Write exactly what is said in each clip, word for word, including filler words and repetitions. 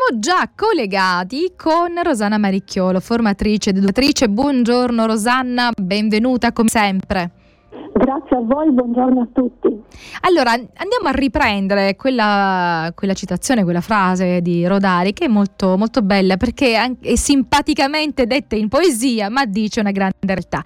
siamo già collegati con Rosanna Maricchiolo, formatrice ed educatrice. Buongiorno Rosanna, benvenuta come sempre. Grazie a voi, buongiorno a tutti. Allora, andiamo a riprendere quella, quella citazione, quella frase di Rodari, che è molto, molto bella, perché è simpaticamente detta in poesia, ma dice una grande realtà.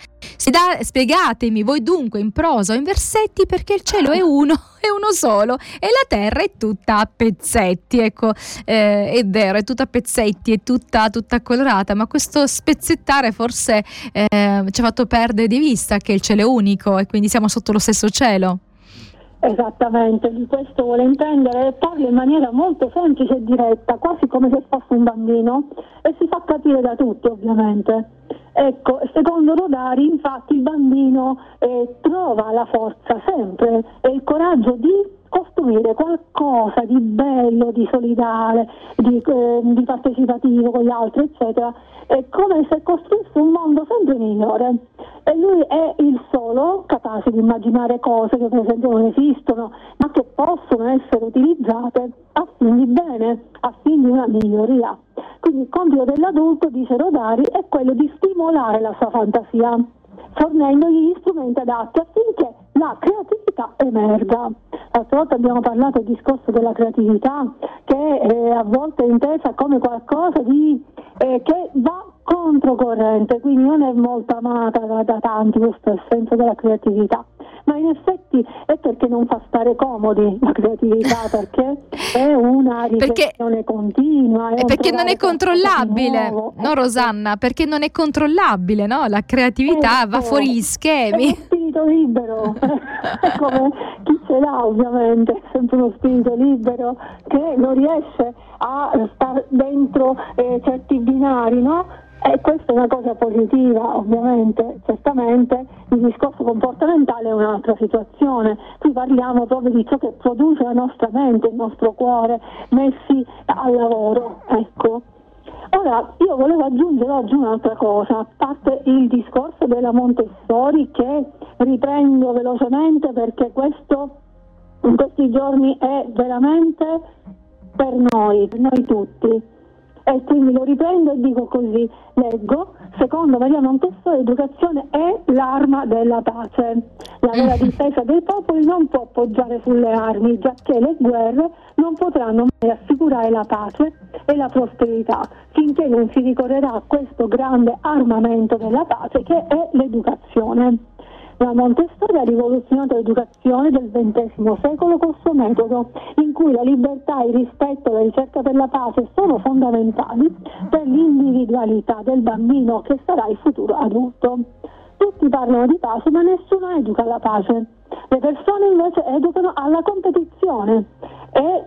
Spiegatemi voi dunque in prosa o in versetti perché il cielo è uno, è uno solo e la terra è tutta a pezzetti. Ecco, eh, è vero, è tutta a pezzetti, è tutta, tutta colorata, ma questo spezzettare forse eh, ci ha fatto perdere di vista che il cielo è unico e quindi siamo sotto lo stesso cielo. Esattamente, di questo vuole intendere e parla in maniera molto semplice e diretta, quasi come se fosse un bambino, e si fa capire da tutti ovviamente. Ecco, secondo Rodari infatti il bambino eh, trova la forza sempre e il coraggio di costruire qualcosa di bello, di solidale, di, eh, di partecipativo con gli altri, eccetera. È come se costruisse un mondo sempre migliore. E lui è il solo capace di immaginare cose che per esempio non esistono, ma che possono essere utilizzate a fin di bene, a fin di una miglioria. Quindi il compito dell'adulto, dice Rodari, è quello di stimolare la sua fantasia, fornendogli gli strumenti adatti affinché la creatività emerga. L'altra volta abbiamo parlato del discorso della creatività, che eh, a volte è intesa come qualcosa di eh, che va controcorrente, quindi non è molto amata da, da tanti questo è il senso della creatività, ma in effetti è perché non fa stare comodi la creatività, perché è una riflessione continua, è perché non è controllabile, no Rosanna? Perché non è controllabile, no? La creatività ecco, va fuori gli schemi. È uno spirito libero, è come chi ce l'ha ovviamente, è sempre uno spirito libero che non riesce a stare dentro eh, certi binari, no? E questa è una cosa positiva, ovviamente, certamente il discorso comportamentale è un'altra situazione. Qui parliamo proprio di ciò che produce la nostra mente, il nostro cuore, messi al lavoro, ecco. Ora, io volevo aggiungere oggi un'altra cosa, a parte il discorso della Montessori che riprendo velocemente perché questo in questi giorni è veramente per noi, per noi tutti. E quindi lo riprendo e dico così, leggo, secondo Maria Montessori l'educazione è l'arma della pace. La vera difesa dei popoli non può poggiare sulle armi, giacché le guerre non potranno mai assicurare la pace e la prosperità, finché non si ricorrerà a questo grande armamento della pace che è l'educazione. La Montessori ha rivoluzionato l'educazione del ventesimo secolo col suo metodo, in cui la libertà, il rispetto e la ricerca per la pace sono fondamentali per l'individualità del bambino che sarà il futuro adulto. Tutti parlano di pace, ma nessuno educa alla pace. Le persone invece educano alla competizione e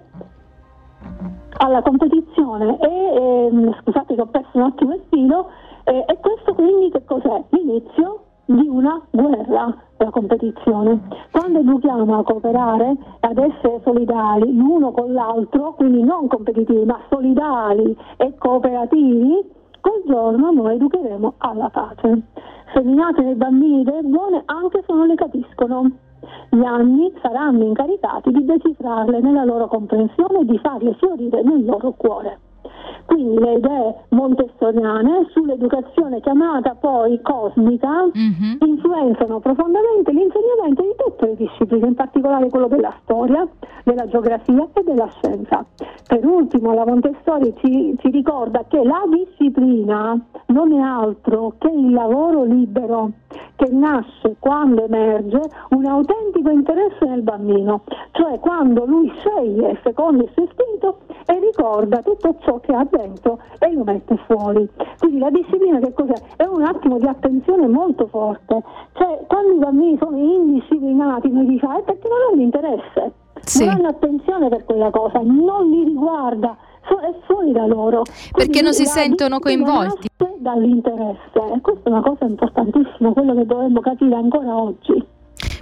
alla competizione e ehm, scusate che ho perso un attimo il filo eh, e questo quindi che cos'è? L'inizio di una guerra, la competizione. Quando educhiamo a cooperare, ad essere solidali l'uno con l'altro, quindi non competitivi ma solidali e cooperativi, col giorno noi educheremo alla pace. Seminate nei bambini idee buone anche se non le capiscono. Gli anni saranno incaricati di decifrarle nella loro comprensione e di farle fiorire nel loro cuore. Quindi le idee montessoriane sull'educazione chiamata poi cosmica mm-hmm. influenzano profondamente l'insegnamento di tutte le discipline, in particolare quello della storia, della geografia e della scienza. Per ultimo la Montessori ci, ci ricorda che la disciplina non è altro che il lavoro libero che nasce quando emerge un autentico interesse nel bambino, cioè quando lui sceglie secondo il suo istinto e ricorda tutto ciò che ha dentro e lo mette fuori. Quindi la disciplina che cos'è? È un attimo di attenzione molto forte, cioè quando i bambini sono indisciplinati noi diciamo è perché non hanno interesse, sì. non hanno attenzione per quella cosa, non li riguarda, è fuori da loro. Perché Quindi non si sentono coinvolti dall'interesse, e questa è una cosa importantissima, quello che dovremmo capire ancora oggi.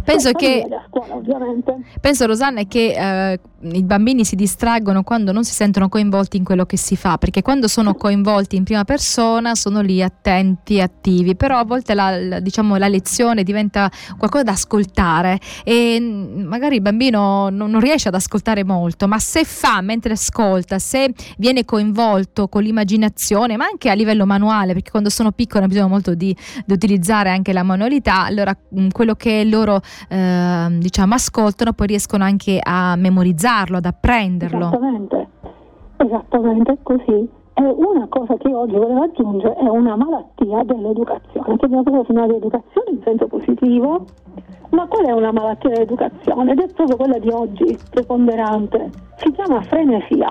Penso che a scuola, ovviamente. Penso, Rosanna, che eh, i bambini si distraggono quando non si sentono coinvolti in quello che si fa, perché quando sono coinvolti in prima persona sono lì attenti, attivi, però a volte la, la, diciamo, la lezione diventa qualcosa da ascoltare e magari il bambino non, non riesce ad ascoltare molto, ma se fa mentre ascolta, se viene coinvolto con l'immaginazione, ma anche a livello manuale, perché quando sono piccoli hanno bisogno molto di, di utilizzare anche la manualità, allora mh, quello che loro eh, diciamo ascoltano poi riescono anche a memorizzarlo, ad apprenderlo. Esattamente, esattamente è così. E una cosa che oggi volevo aggiungere è una malattia dell'educazione, che abbiamo proprio finito di educazione in senso positivo, ma qual è una malattia dell'educazione? Ed è proprio quella di oggi, preponderante, si chiama frenesia.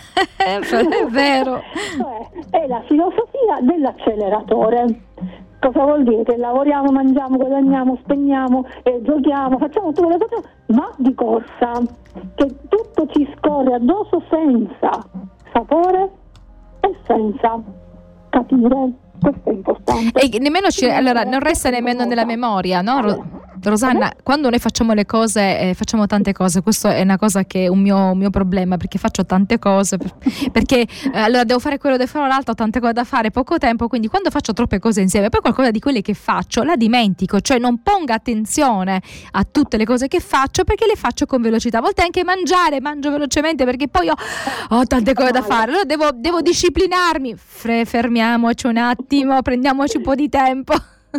È vero. Cioè, è la filosofia dell'acceleratore. Cosa vuol dire? Che lavoriamo, mangiamo, guadagniamo, spegniamo, eh, giochiamo, facciamo tutte le cose, ma di corsa, che tutto ci scorre addosso senza sapore e senza capire. Questo è importante. E nemmeno ci, allora non resta nemmeno nella memoria, no? Ro- Rosanna, quando noi facciamo le cose, eh, facciamo tante cose, questo è una cosa che è un mio, un mio problema, perché faccio tante cose, per, perché eh, allora devo fare quello, devo fare l'altro, ho tante cose da fare, poco tempo, quindi quando faccio troppe cose insieme, poi qualcosa di quelle che faccio la dimentico, cioè non pongo attenzione a tutte le cose che faccio perché le faccio con velocità, a volte anche mangiare, mangio velocemente perché poi ho, ho tante cose da fare, allora devo, devo disciplinarmi, Fre- fermiamoci un attimo, prendiamoci un po' di tempo.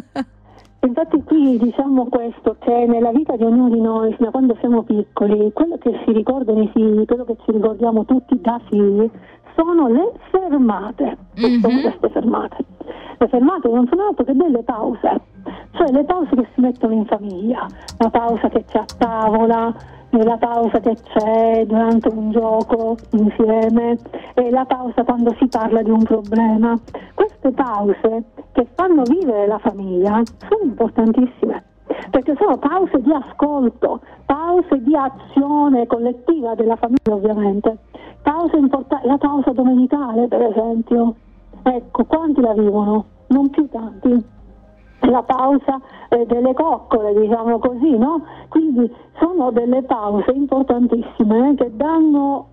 Infatti qui diciamo questo, che nella vita di ognuno di noi, fino a quando siamo piccoli, quello che si ricordano i figli, quello che ci ricordiamo tutti da figli, sono le fermate. Mm-hmm. Sono queste fermate. Le fermate non sono altro che delle pause, cioè le pause che si mettono in famiglia, la pausa che c'è a tavola, la pausa che c'è durante un gioco insieme, e la pausa quando si parla di un problema. Queste pause che fanno vivere la famiglia sono importantissime, perché sono pause di ascolto, pause di azione collettiva della famiglia, ovviamente. Pause importanti, la pausa domenicale per esempio, ecco, quanti la vivono? Non più tanti. La pausa eh, delle coccole, diciamo così, no? Quindi sono delle pause importantissime eh, che danno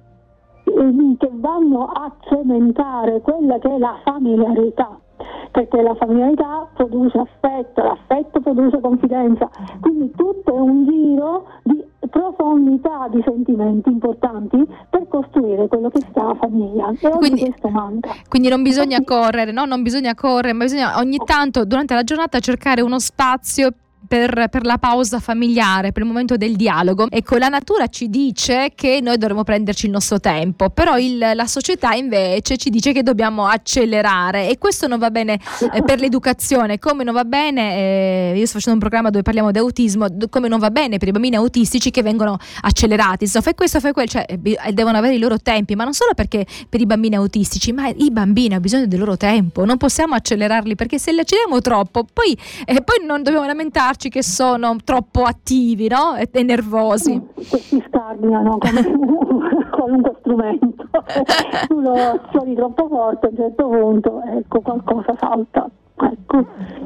eh, che vanno a cementare quella che è la familiarità, perché la familiarità produce affetto, l'affetto produce confidenza, quindi tutto è un giro di profondità di sentimenti importanti per costruire quello che sta la famiglia, e oggi quindi, questo manca. Quindi non bisogna correre, no? Non bisogna correre, ma bisogna ogni tanto durante la giornata cercare uno spazio Per, per la pausa familiare, per il momento del dialogo. Ecco, la natura ci dice che noi dovremmo prenderci il nostro tempo, però il, la società invece ci dice che dobbiamo accelerare, e questo non va bene eh, per l'educazione, come non va bene, eh, io sto facendo un programma dove parliamo di autismo, come non va bene per i bambini autistici che vengono accelerati, so, fai questo, fai quel, cioè eh, devono avere i loro tempi, ma non solo perché per i bambini autistici, ma i bambini hanno bisogno del loro tempo, non possiamo accelerarli, perché se li acceleriamo troppo poi, eh, poi non dobbiamo lamentarci che sono troppo attivi, no? E, e nervosi. Che si scardinano come qualunque strumento. Tu lo suoni troppo forte, a un certo punto, ecco, qualcosa salta. Ecco.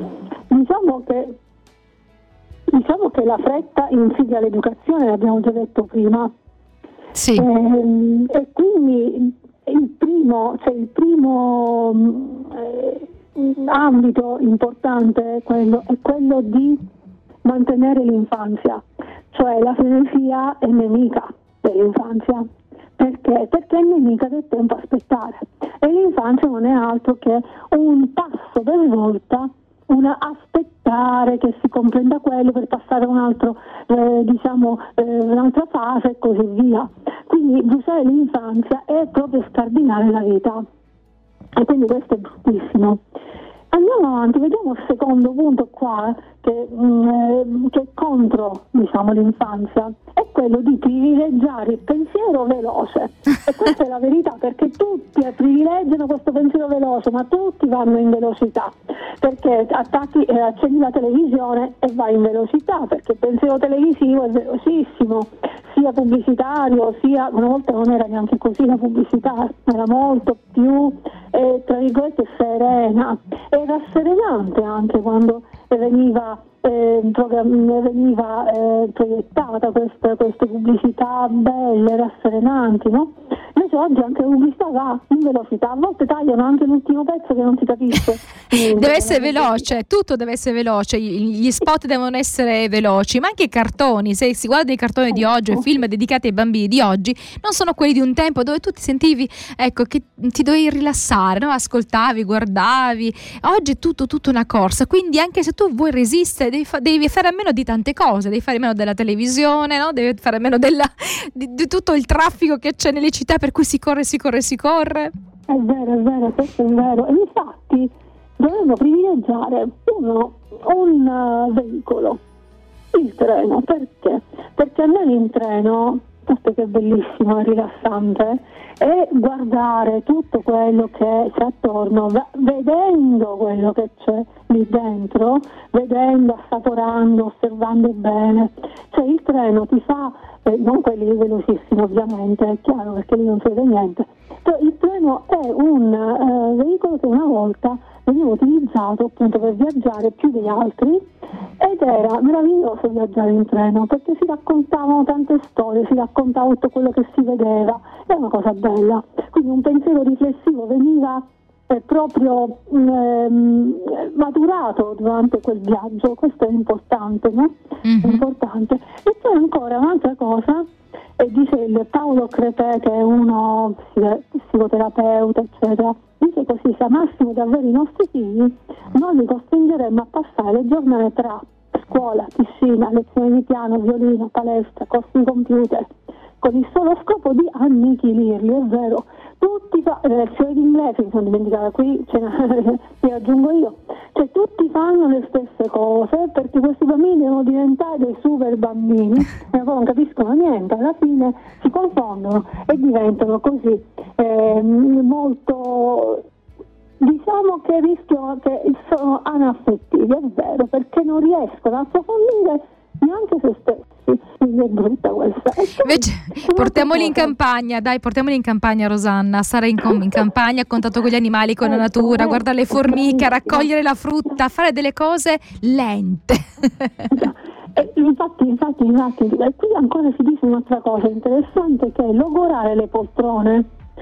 Diciamo che diciamo che la fretta infidia l'educazione, l'abbiamo già detto prima. Sì. E, e quindi il primo, cioè il primo eh, ambito importante è quello, è quello di mantenere l'infanzia, cioè la frenesia è nemica dell'infanzia. Perché? Perché è nemica del tempo aspettare, e l'infanzia non è altro che un passo per volta, una aspettare che si comprenda quello per passare a un altro, eh, diciamo, eh, un'altra fase e così via. Quindi usare l'infanzia è proprio scardinare la vita, e quindi questo è bruttissimo. Andiamo avanti, vediamo il secondo punto qua, che, mh, che è contro, diciamo, l'infanzia, è quello di privilegiare il pensiero veloce. E questa è la verità, perché tutti privilegiano questo pensiero veloce, ma tutti vanno in velocità, perché attacchi, eh, accendi la televisione e vai in velocità, perché il pensiero televisivo è velocissimo, sia pubblicitario, sia, una volta non era neanche così la pubblicità, era molto più, eh, tra virgolette, serena, e rasserenante anche quando veniva eh, programm- veniva eh, proiettata queste, queste pubblicità belle, rasserenanti, no? Invece oggi anche la pubblicità va in velocità, a volte tagliano anche l'ultimo pezzo che non si capisce. Deve essere veloce, tutto deve essere veloce, gli spot devono essere veloci, ma anche i cartoni, se si guarda i cartoni di oggi, i film dedicati ai bambini di oggi, non sono quelli di un tempo dove tu ti sentivi, ecco, che ti dovevi rilassare, no? Ascoltavi, guardavi. Oggi è tutto, tutto una corsa, quindi anche se tu vuoi resistere devi, fa- devi fare a meno di tante cose, devi fare a meno della televisione, no? Devi fare a meno della, di, di tutto il traffico che c'è nelle città, per cui si corre, si corre, si corre. È vero, è vero, questo è vero. E infatti dovremmo privilegiare uno, un uh, veicolo, il treno. Perché? Perché andare in treno, questo che è bellissimo, è rilassante, e guardare tutto quello che c'è attorno, vedendo quello che c'è lì dentro, vedendo, assaporando, osservando bene. Cioè il treno ti fa, eh, non quelli velocissimi ovviamente, è chiaro, perché lì non si vede niente, però il treno è un eh, veicolo che una volta veniva utilizzato appunto per viaggiare più degli altri, ed era meraviglioso viaggiare in treno perché si raccontavano tante storie, si raccontava tutto quello che si vedeva, è una cosa bella, quindi un pensiero riflessivo veniva eh, proprio ehm, maturato durante quel viaggio. Questo è importante, no? Mm-hmm. È importante. E poi ancora un'altra cosa, e dice il Paolo Crepè, che è uno psicoterapeuta eccetera, dice così: se amassimo davvero i nostri figli non li costringeremmo a passare le giornate tra scuola, piscina, lezioni di piano, violino, palestra, corsi di computer, con il solo scopo di annichilirli. È vero, tutti fa- le lezioni di inglese, mi sono dimenticata, qui ce ne ne aggiungo io, cioè tutti fanno le stesse cose perché questi bambini devono diventare dei super bambini e poi non capiscono niente, alla fine si confondono e diventano così eh, molto, diciamo che rischiano, che sono anaffettivi, è vero, perché non riescono a approfondire neanche se stessi. Quindi è brutta questa. Invece portiamoli in campagna, dai, portiamoli in campagna, Rosanna, stare in, com- in campagna a contatto con gli animali, con la natura, guardare le formiche, raccogliere la frutta, fare delle cose lente. E infatti, infatti, infatti, e qui ancora si dice un'altra cosa interessante, che è logorare le poltrone.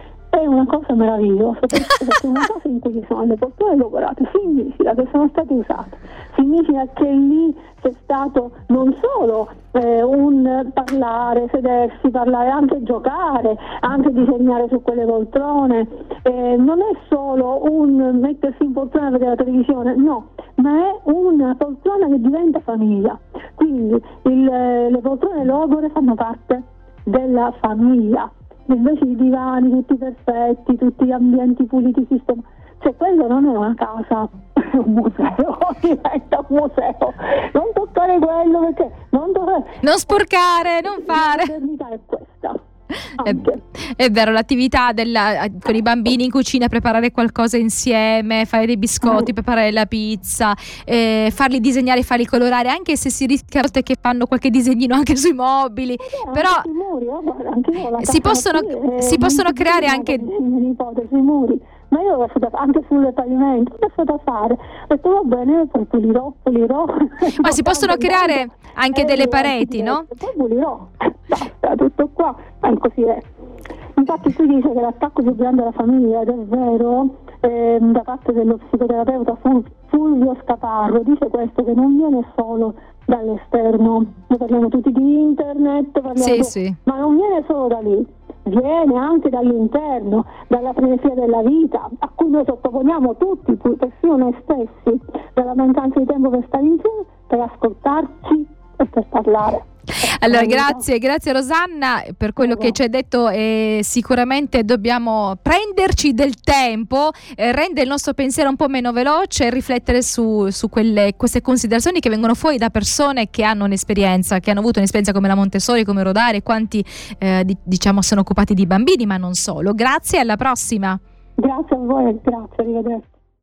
È una cosa meravigliosa, perché è una cosa in cui ci sono le poltrone logorate, significa che sono state usate, significa che lì c'è stato non solo eh, un parlare, sedersi, parlare, anche giocare, anche disegnare su quelle poltrone, eh, non è solo un mettersi in poltrona a vedere la televisione, no, ma è una poltrona che diventa famiglia. Quindi il, le poltrone logore fanno parte della famiglia. Invece i divani tutti perfetti, tutti gli ambienti puliti, sistemati, cioè quello non è una casa, è un museo, diventa un museo. Non toccare quello, perché non dovrebbe, non sporcare, non fare. La modernità è questa. È, è vero, l'attività della, con i bambini in cucina, preparare qualcosa insieme, fare dei biscotti, mm. preparare la pizza, eh, farli disegnare, farli colorare, anche se si rischia a volte che fanno qualche disegnino anche sui mobili, eh, però anche sui muri, oh, anche io, si possono, qui, si eh, possono creare anche nipote sui muri, ma io l'ho lasciata anche sulle pavimenti, l'ho lasciata fare, ho detto va bene, poi pulirò, pulirò. Ma si possono creare anche eh, delle pareti, no? Poi pulirò, basta, tutto qua, e così è. Infatti qui dice che l'attacco più grande alla famiglia, ed è vero, eh, da parte dello psicoterapeuta Fulvio Scaparro, dice questo, che non viene solo dall'esterno, noi parliamo tutti di internet, parliamo sì, tu, sì. ma non viene solo da lì, viene anche dall'interno, dalla frenesia della vita, a cui noi sottoponiamo tutti, persino noi stessi, dalla mancanza di tempo per stare insieme, per ascoltarci e per parlare. Allora grazie, grazie Rosanna per quello che ci hai detto, e sicuramente dobbiamo prenderci del tempo, eh, rendere il nostro pensiero un po' meno veloce e riflettere su, su quelle, queste considerazioni che vengono fuori da persone che hanno un'esperienza, che hanno avuto un'esperienza come la Montessori, come Rodari, quanti eh, di, diciamo sono occupati di bambini, ma non solo. Grazie, alla prossima. Grazie a voi, grazie, arrivederci.